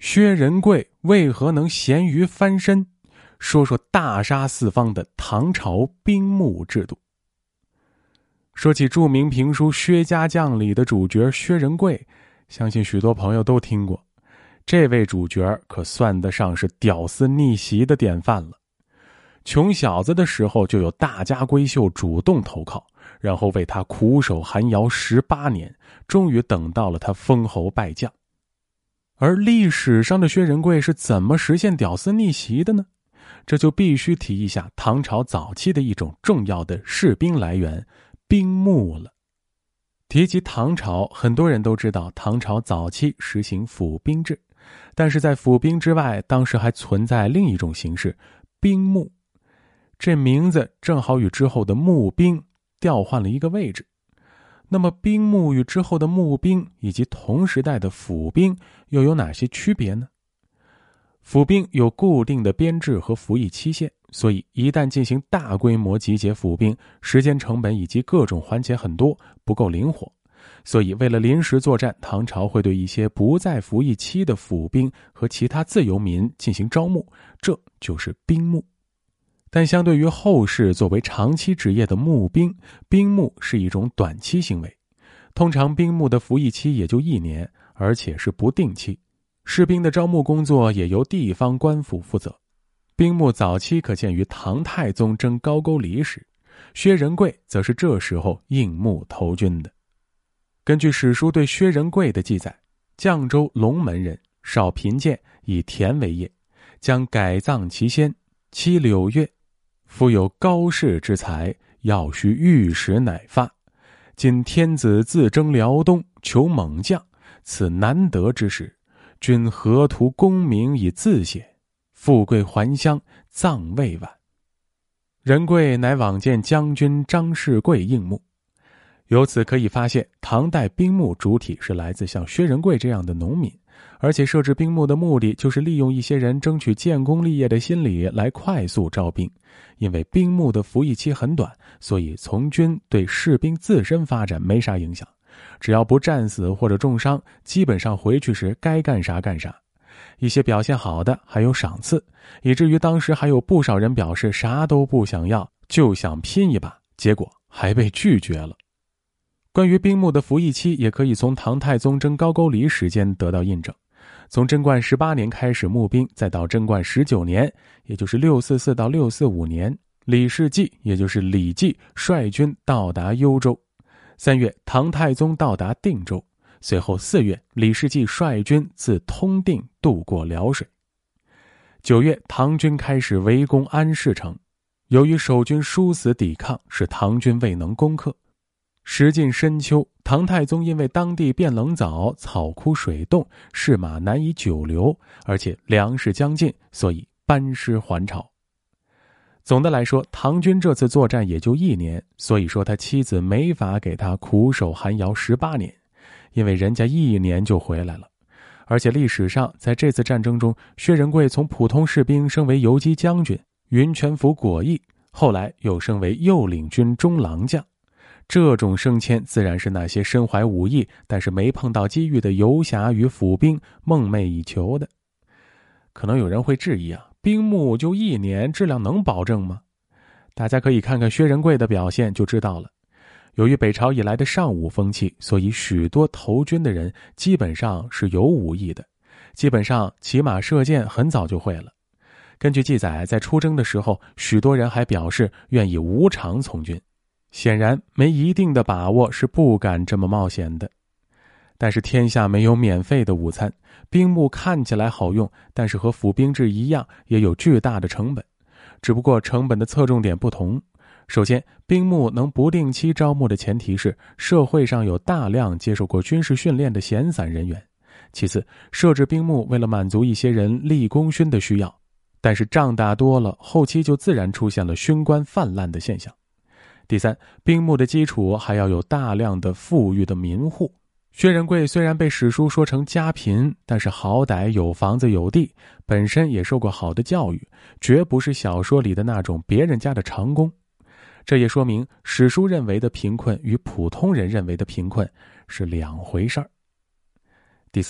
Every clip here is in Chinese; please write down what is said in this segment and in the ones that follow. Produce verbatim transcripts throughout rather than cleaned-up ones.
薛仁贵为何能咸鱼翻身？说说大杀四方的唐朝兵募制度。说起著名评书《薛家将》里的主角薛仁贵，相信许多朋友都听过。这位主角可算得上是屌丝逆袭的典范了。穷小子的时候就有大家闺秀主动投靠，然后为他苦守寒窑十八年，终于等到了他封侯拜将。而历史上的薛仁贵是怎么实现屌丝逆袭的呢？这就必须提一下唐朝早期的一种重要的士兵来源——兵募了。提及唐朝，很多人都知道唐朝早期实行府兵制，但是在府兵之外，当时还存在另一种形式——兵募。这名字正好与之后的募兵调换了一个位置。那么兵募与之后的募兵以及同时代的府兵又有哪些区别呢？府兵有固定的编制和服役期限，所以一旦进行大规模集结府兵，时间成本以及各种环节很多，不够灵活。所以为了临时作战，唐朝会对一些不在服役期的府兵和其他自由民进行招募，这就是兵募。但相对于后世作为长期职业的募兵，兵募是一种短期行为。通常兵募的服役期也就一年，而且是不定期。士兵的招募工作也由地方官府负责。兵募早期可见于唐太宗征高句丽时，薛仁贵则是这时候应募投军的。根据史书对薛仁贵的记载，绛州龙门人，少贫贱，以田为业，将改葬其先，妻柳月，夫有高士之才，要须御史乃发。今天子自征辽东，求猛将，此难得之事，君何图功名以自写？富贵还乡，葬未晚。仁贵乃往见将军张士贵应募。由此可以发现，唐代兵募主体是来自像薛仁贵这样的农民，而且设置兵募的目的就是利用一些人争取建功立业的心理来快速招兵。因为兵募的服役期很短，所以从军对士兵自身发展没啥影响，只要不战死或者重伤，基本上回去时该干啥干啥。一些表现好的还有赏赐，以至于当时还有不少人表示啥都不想要，就想拼一把，结果还被拒绝了。关于兵募的服役期也可以从唐太宗征高句丽时间得到印证。从贞观十八年开始募兵，再到贞观十九年，也就是六四四到六四五年，李世继也就是李继率军到达幽州。三月，唐太宗到达定州。随后四月，李世继率军自通定渡过辽水。九月，唐军开始围攻安市城。由于守军殊死抵抗，使唐军未能攻克。时近深秋，唐太宗因为当地变冷早，草枯水冻，士马难以久留，而且粮食将尽，所以班师还朝。总的来说，唐军这次作战也就一年，所以说他妻子没法给他苦守寒窑十八年，因为人家一年就回来了。而且历史上在这次战争中，薛仁贵从普通士兵升为游击将军、云泉府果毅，后来又升为右领军中郎将。这种升迁自然是那些身怀武艺但是没碰到机遇的游侠与府兵梦寐以求的。可能有人会质疑啊，兵募就一年，质量能保证吗？大家可以看看薛仁贵的表现就知道了。由于北朝以来的尚武风气，所以许多投军的人基本上是有武艺的，基本上骑马射箭很早就会了。根据记载，在出征的时候，许多人还表示愿意无偿从军。显然没一定的把握是不敢这么冒险的。但是天下没有免费的午餐，兵募看起来好用，但是和府兵制一样，也有巨大的成本。只不过成本的侧重点不同。首先，兵募能不定期招募的前提是社会上有大量接受过军事训练的闲散人员。其次，设置兵募为了满足一些人立功勋的需要，但是仗打多了，后期就自然出现了勋官泛滥的现象。第三，兵募的基础还要有大量的富裕的民户。薛仁贵虽然被史书说成家贫，但是好歹有房子有地，本身也受过好的教育，绝不是小说里的那种别人家的长工。这也说明史书认为的贫困与普通人认为的贫困是两回事儿。第四，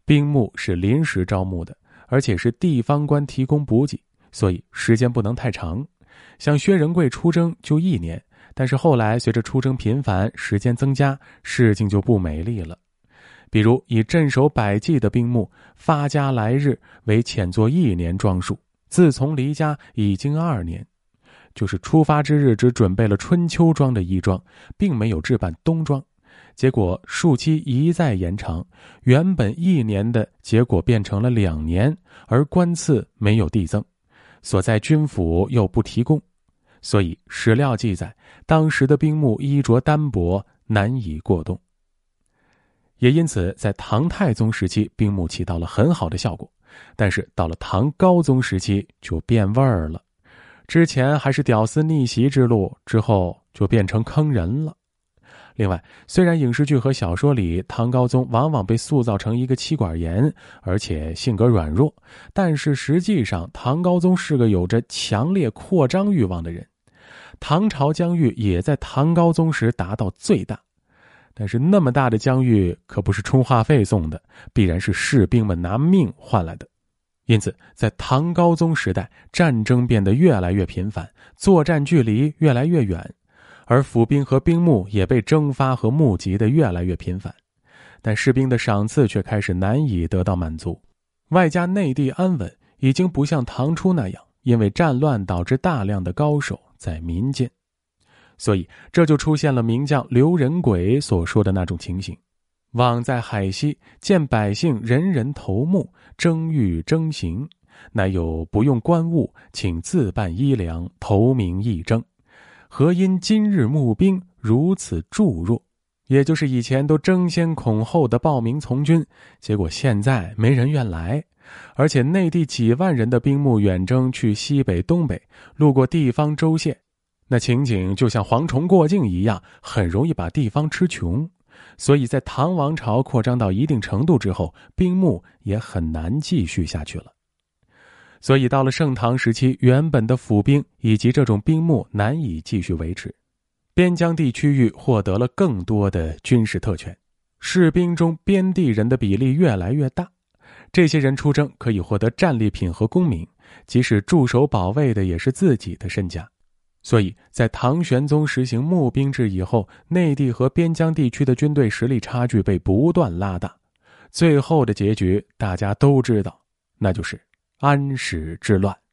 兵募是临时招募的，而且是地方官提供补给，所以时间不能太长。像薛仁贵出征就一年，但是后来随着出征频繁，时间增加，事情就不美丽了。比如以镇守百济的兵募发家来日为遣作一年装束，自从离家已经二年，就是出发之日只准备了春秋装的衣装，并没有置办冬装，结果戍期一再延长，原本一年的结果变成了两年，而官赐没有递增，所在军府又不提供，所以史料记载，当时的兵募衣着单薄，难以过冬。也因此在唐太宗时期兵募起到了很好的效果，但是到了唐高宗时期就变味儿了。之前还是屌丝逆袭之路，之后就变成坑人了。另外，虽然影视剧和小说里唐高宗往往被塑造成一个妻管严，而且性格软弱，但是实际上唐高宗是个有着强烈扩张欲望的人。唐朝疆域也在唐高宗时达到最大，但是那么大的疆域可不是充话费送的，必然是士兵们拿命换来的。因此在唐高宗时代，战争变得越来越频繁，作战距离越来越远，而府兵和兵募也被征发和募集的越来越频繁，但士兵的赏赐却开始难以得到满足。外加内地安稳已经不像唐初那样因为战乱导致大量的高手在民间，所以这就出现了名将刘仁轨所说的那种情形：望在海西，见百姓人人头目，征欲征行，乃有不用官务，请自办衣粮，投名义征。何因今日募兵如此助弱？也就是以前都争先恐后的报名从军，结果现在没人愿来，而且内地几万人的兵募远征去西北东北，路过地方州县，那情景就像蝗虫过境一样，很容易把地方吃穷。所以在唐王朝扩张到一定程度之后，兵募也很难继续下去了。所以到了盛唐时期，原本的府兵以及这种兵募难以继续维持，边疆地区域获得了更多的军事特权，士兵中边地人的比例越来越大，这些人出征可以获得战利品和功名，即使驻守保卫的也是自己的身家。所以在唐玄宗实行募兵制以后，内地和边疆地区的军队实力差距被不断拉大，最后的结局大家都知道，那就是安史之乱。